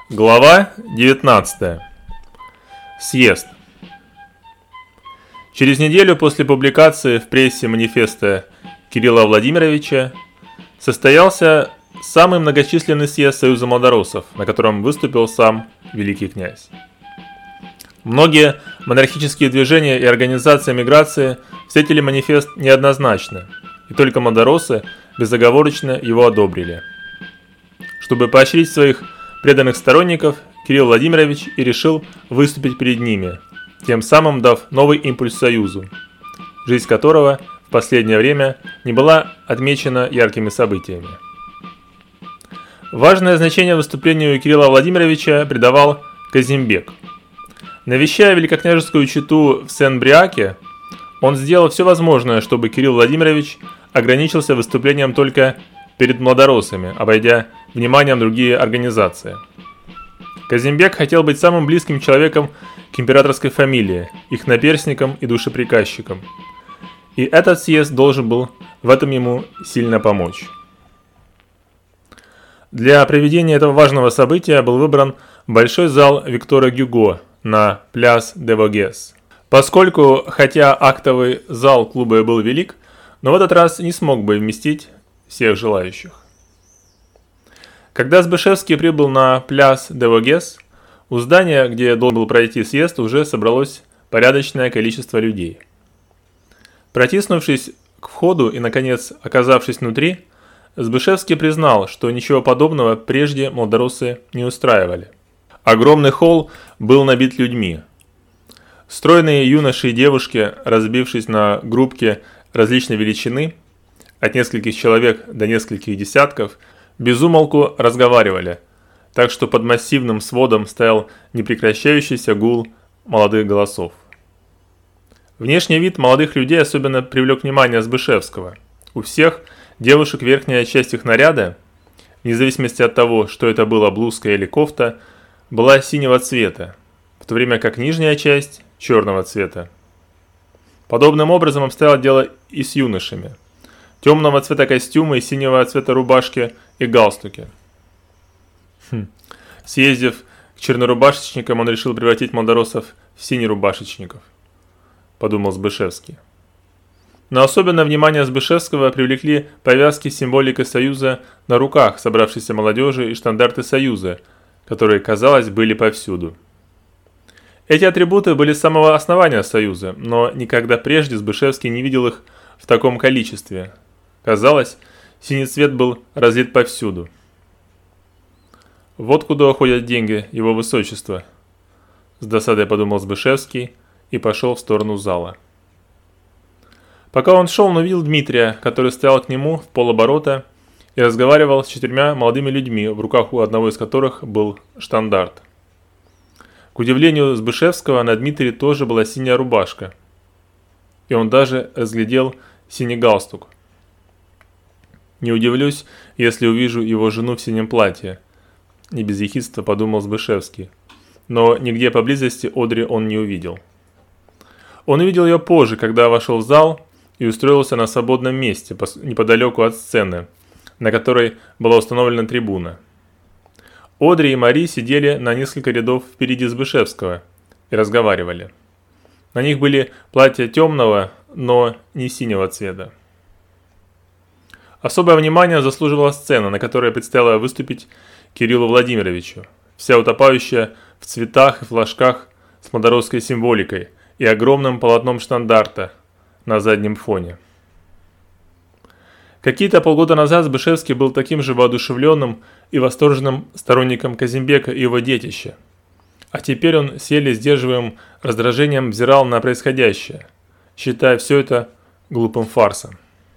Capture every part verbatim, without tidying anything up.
Глава девятнадцатая. Съезд. Через неделю после публикации в прессе манифеста Кирилла Владимировича состоялся самый многочисленный съезд Союза молодороссов, на котором выступил сам великий князь. Многие монархические движения и организации миграции встретили манифест неоднозначно, и только молодороссы безоговорочно его одобрили. Чтобы поощрить своих преданных сторонников, Кирилл Владимирович и решил выступить перед ними, тем самым дав новый импульс Союзу, жизнь которого в последнее время не была отмечена яркими событиями. Важное значение выступлению Кирилла Владимировича придавал Казимбек. Навещая великокняжескую чету в Сен-Бриаке, он сделал все возможное, чтобы Кирилл Владимирович ограничился выступлением только перед молодороссами, обойдя вниманием другие организации. Казимбек хотел быть самым близким человеком к императорской фамилии, их наперсником и душеприказчиком. И этот съезд должен был в этом ему сильно помочь. Для проведения этого важного события был выбран большой зал Виктора Гюго на Пляс де Вогез. Поскольку, хотя актовый зал клуба был велик, но в этот раз не смог бы вместить всех желающих. Когда Сбышевский прибыл на Пляс де Вогез, у здания, где должен был пройти съезд, уже собралось порядочное количество людей. Протиснувшись к входу и, наконец, оказавшись внутри, Сбышевский признал, что ничего подобного прежде молодороссы не устраивали. Огромный холл был набит людьми. Стройные юноши и девушки, разбившись на группки различной величины, от нескольких человек до нескольких десятков, без умолку разговаривали, так что под массивным сводом стоял непрекращающийся гул молодых голосов. Внешний вид молодых людей особенно привлек внимание Сбышевского. У всех девушек верхняя часть их наряда, вне зависимости от того, что это была блузка или кофта, была синего цвета, в то время как нижняя часть – черного цвета. Подобным образом обстояло дело и с юношами. Темного цвета костюмы и синего цвета рубашки и галстуки. Хм. Съездив к чернорубашечникам, он решил превратить молодороссов в синерубашечников, подумал Сбышевский. Но особенное внимание Сбышевского привлекли повязки с символикой Союза на руках собравшейся молодежи и штандарты Союза, которые, казалось, были повсюду. Эти атрибуты были с самого основания Союза, но никогда прежде Сбышевский не видел их в таком количестве. Казалось, синий цвет был разлит повсюду. Вот куда уходят деньги его высочества, с досадой подумал Сбышевский и пошел в сторону зала. Пока он шел, он увидел Дмитрия, который стоял к нему в полоборота и разговаривал с четырьмя молодыми людьми, в руках у одного из которых был штандарт. К удивлению Сбышевского, на Дмитрии тоже была синяя рубашка, и он даже разглядел синий галстук. «Не удивлюсь, если увижу его жену в синем платье», – не без ехидства подумал Сбышевский. Но нигде поблизости Одри он не увидел. Он увидел ее позже, когда вошел в зал и устроился на свободном месте, неподалеку от сцены, на которой была установлена трибуна. Одри и Мари сидели на несколько рядов впереди Сбышевского и разговаривали. На них были платья темного, но не синего цвета. Особое внимание заслуживала сцена, на которой предстояло выступить Кириллу Владимировичу, вся утопающая в цветах и флажках с молодоросской символикой и огромным полотном штандарта на заднем фоне. Какие-то полгода назад Сбышевский был таким же воодушевленным и восторженным сторонником Казимбека и его детища. А теперь он с еле сдерживаемым раздражением взирал на происходящее, считая все это глупым фарсом.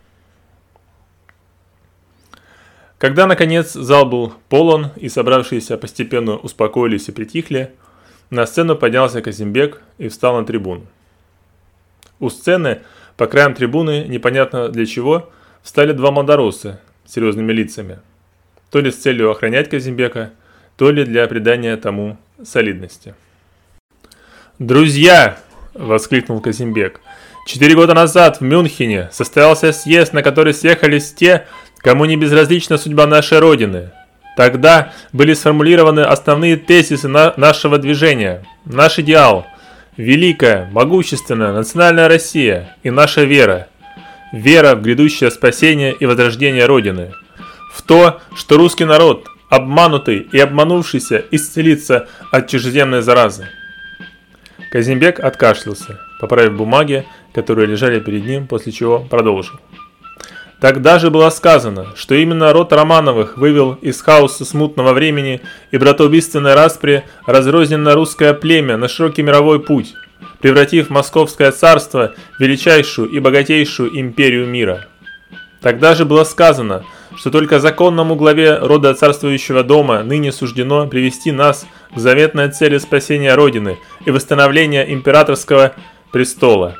Когда, наконец, зал был полон и собравшиеся постепенно успокоились и притихли, на сцену поднялся Казимбек и встал на трибуну. У сцены, по краям трибуны, непонятно для чего, встали два молодоросса с серьезными лицами, то ли с целью охранять Казимбека, то ли для придания тому солидности. «Друзья!» – воскликнул Казимбек. «Четыре года назад в Мюнхене состоялся съезд, на который съехались те, кому не безразлична судьба нашей Родины. Тогда были сформулированы основные тезисы на нашего движения, наш идеал, великая, могущественная национальная Россия и наша вера, вера в грядущее спасение и возрождение Родины, в то, что русский народ, обманутый и обманувшийся, исцелится от чужеземной заразы. Казимбек откашлялся, поправив бумаги, которые лежали перед ним, после чего продолжил. Тогда же было сказано, что именно род Романовых вывел из хаоса смутного времени и братоубийственной распри разрозненное русское племя на широкий мировой путь, превратив Московское царство в величайшую и богатейшую империю мира. Тогда же было сказано, что только законному главе рода царствующего дома ныне суждено привести нас к заветной цели спасения Родины и восстановления императорского престола.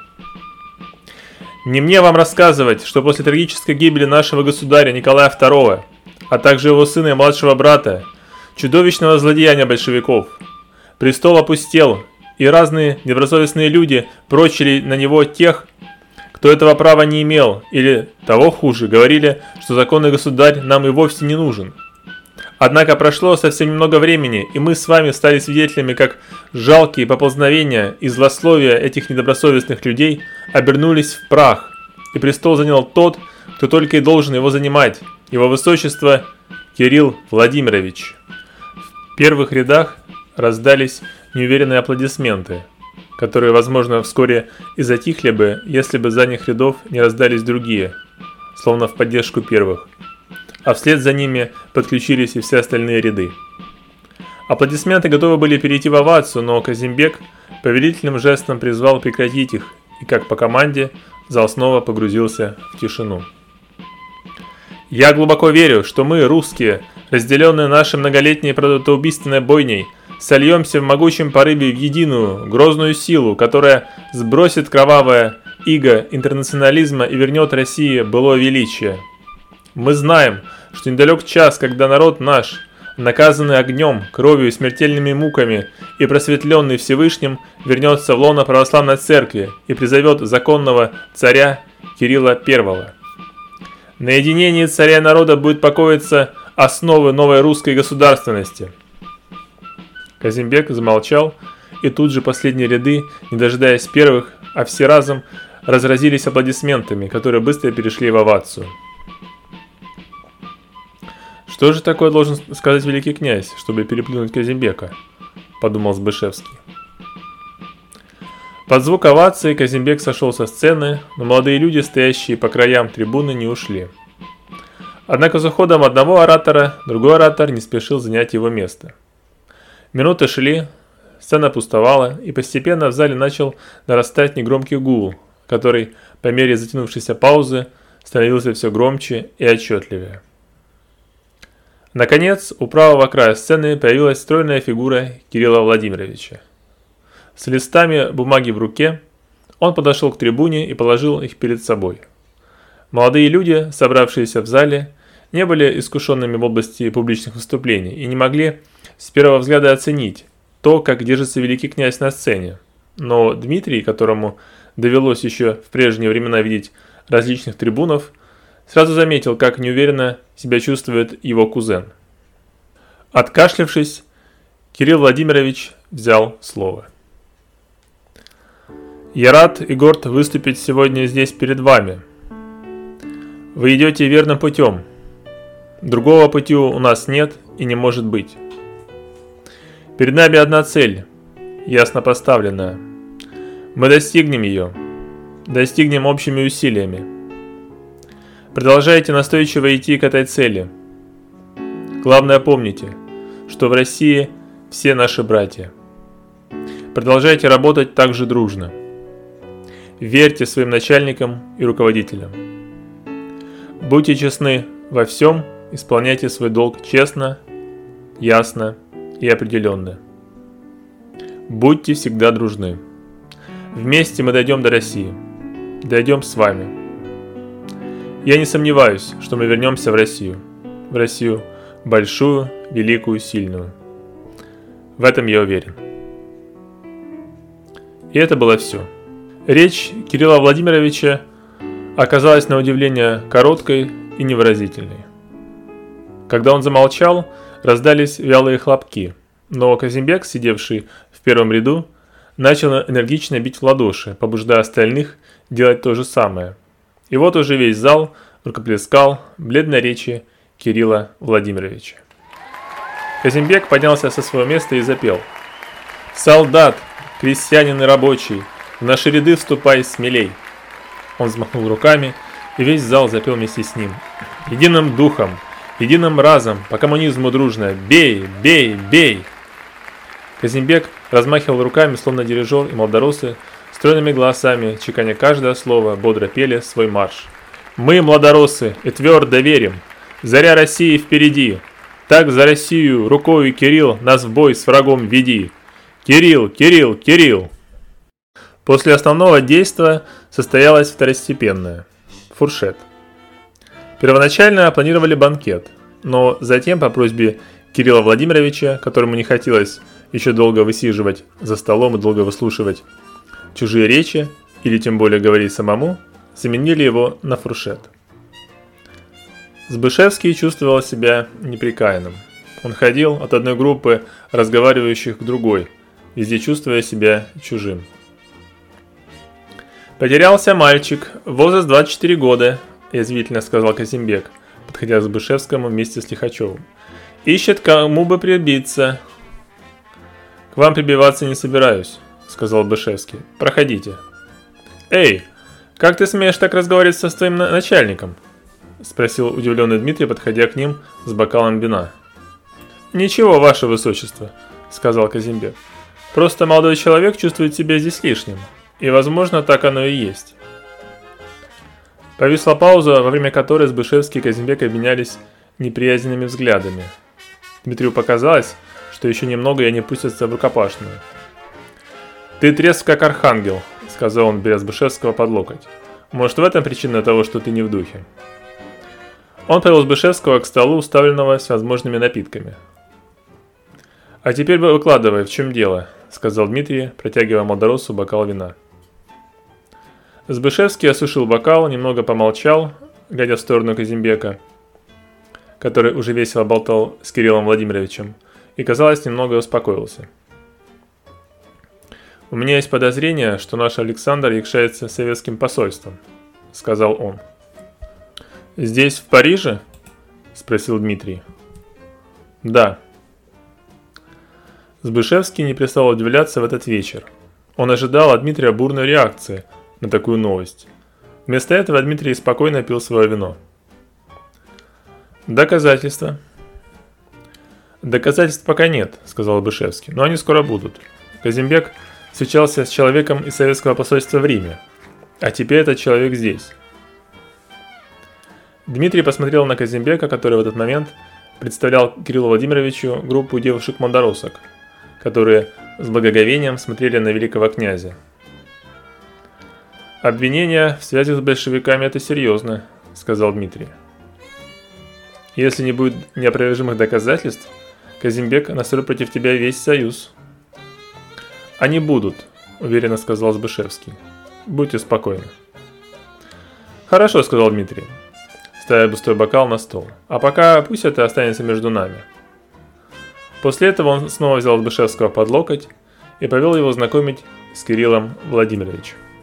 Не мне вам рассказывать, что после трагической гибели нашего государя Николая второго, а также его сына и младшего брата, чудовищного злодеяния большевиков, престол опустел, и разные недобросовестные люди прочили на него тех, кто этого права не имел, или, того хуже, говорили, что законный государь нам и вовсе не нужен. Однако прошло совсем немного времени, и мы с вами стали свидетелями, как жалкие поползновения и злословия этих недобросовестных людей обернулись в прах, и престол занял тот, кто только и должен его занимать, его высочество Кирилл Владимирович. В первых рядах раздались неуверенные аплодисменты, которые, возможно, вскоре и затихли бы, если бы с задних рядов не раздались другие, словно в поддержку первых, а вслед за ними подключились и все остальные ряды. Аплодисменты готовы были перейти в овацию, но Казимбек повелительным жестом призвал прекратить их, и как по команде зал снова погрузился в тишину. «Я глубоко верю, что мы, русские, разделенные нашей многолетней братоубийственной бойней, сольемся в могучем порыве в единую, грозную силу, которая сбросит кровавое иго интернационализма и вернет России былое величие. Мы знаем, что недалек час, когда народ наш, наказанный огнем, кровью и смертельными муками и просветленный Всевышним, вернется в лоно православной церкви и призовет законного царя Кирилла Первого. На единении царя и народа будет покоиться основы новой русской государственности». Казимбек замолчал, и тут же последние ряды, не дожидаясь первых, а все разом, разразились аплодисментами, которые быстро перешли в овацию. «Что же такое должен сказать великий князь, чтобы переплюнуть Казимбека?» – подумал Збышевский. Под звук овации Казимбек сошел со сцены, но молодые люди, стоящие по краям трибуны, не ушли. Однако с уходом одного оратора, другой оратор не спешил занять его место. Минуты шли, сцена пустовала, и постепенно в зале начал нарастать негромкий гул, который, по мере затянувшейся паузы, становился все громче и отчетливее. Наконец, у правого края сцены появилась стройная фигура Кирилла Владимировича. С листами бумаги в руке он подошел к трибуне и положил их перед собой. Молодые люди, собравшиеся в зале, не были искушенными в области публичных выступлений и не могли с первого взгляда оценить то, как держится великий князь на сцене. Но Дмитрий, которому довелось еще в прежние времена видеть различных трибунов, сразу заметил, как неуверенно себя чувствует его кузен. Откашлявшись, Кирилл Владимирович взял слово. «Я рад и горд выступить сегодня здесь перед вами. Вы идете верным путем. Другого пути у нас нет и не может быть. Перед нами одна цель, ясно поставленная. Мы достигнем ее, достигнем общими усилиями. Продолжайте настойчиво идти к этой цели. Главное, помните, что в России все наши братья. Продолжайте работать так же дружно. Верьте своим начальникам и руководителям. Будьте честны во всем, исполняйте свой долг честно, ясно и определенно. Будьте всегда дружны. Вместе мы дойдем до России. Дойдем с вами. Я не сомневаюсь, что мы вернемся в Россию. В Россию большую, великую, сильную. В этом я уверен». И это было все. Речь Кирилла Владимировича оказалась на удивление короткой и невыразительной. Когда он замолчал, раздались вялые хлопки, но Казимбек, сидевший в первом ряду, начал энергично бить в ладоши, побуждая остальных делать то же самое. И вот уже весь зал рукоплескал бледной речи Кирилла Владимировича. Казимбек поднялся со своего места и запел: «Солдат, крестьянин и рабочий, в наши ряды вступай смелей!» Он взмахнул руками, и весь зал запел вместе с ним: «Единым духом, единым разом, по коммунизму дружно, бей, бей, бей!» Казимбек размахивал руками, словно дирижер, и молодоросы стройными голосами, чеканя каждое слово, бодро пели свой марш. «Мы, младоросы, и твердо верим, заря России впереди! Так за Россию рукою, Кирилл, нас в бой с врагом веди! Кирилл, Кирилл, Кирилл!» После основного действия состоялось второстепенное – фуршет. Первоначально планировали банкет, но затем по просьбе Кирилла Владимировича, которому не хотелось еще долго высиживать за столом и долго выслушивать чужие речи, или тем более говорить самому, заменили его на фуршет. Сбышевский чувствовал себя неприкаянным. Он ходил от одной группы разговаривающих к другой, везде чувствуя себя чужим. «Потерялся мальчик, возраст двадцать четыре года», – язвительно сказал Казимбек, подходя к Сбышевскому вместе с Лихачевым. «Ищет, кому бы прибиться». «К вам прибиваться не собираюсь», – сказал Сбышевский. «Проходите». «Эй, как ты смеешь так разговаривать со своим начальником?» – спросил удивленный Дмитрий, подходя к ним с бокалом вина. «Ничего, ваше высочество», – сказал Казимбек. «Просто молодой человек чувствует себя здесь лишним, и, возможно, так оно и есть». Повисла пауза, во время которой Сбышевский и Казимбек обменялись неприязненными взглядами. Дмитрию показалось, что еще немного и они пустятся в рукопашную. «Ты трезв как архангел», – сказал он, беря Сбышевского под локоть. «Может, в этом причина того, что ты не в духе?» Он повел Сбышевского к столу, уставленного всевозможными напитками. «А теперь выкладывай, в чем дело», – сказал Дмитрий, протягивая молодоросу бокал вина. Сбышевский осушил бокал, немного помолчал, глядя в сторону Казимбека, который уже весело болтал с Кириллом Владимировичем, и, казалось, немного успокоился. «У меня есть подозрение, что наш Александр якшается с советским посольством», – сказал он. «Здесь, в Париже?» – спросил Дмитрий. «Да». Сбышевский не перестал удивляться в этот вечер. Он ожидал от Дмитрия бурной реакции на такую новость. Вместо этого Дмитрий спокойно пил свое вино. «Доказательства?» «Доказательств пока нет», – сказал Сбышевский, – «но они скоро будут. Казимбек встречался с человеком из советского посольства в Риме, а теперь этот человек здесь». Дмитрий посмотрел на Казимбека, который в этот момент представлял Кириллу Владимировичу группу девушек-молодоросок, которые с благоговением смотрели на великого князя. «Обвинение в связи с большевиками – это серьезно», – сказал Дмитрий. «Если не будет неопровержимых доказательств, Казимбек настроит против тебя весь союз». «Они будут», – уверенно сказал Сбышевский. «Будьте спокойны». «Хорошо», – сказал Дмитрий, ставя пустой бокал на стол. «А пока пусть это останется между нами». После этого он снова взял Сбышевского под локоть и повел его знакомить с Кириллом Владимировичем.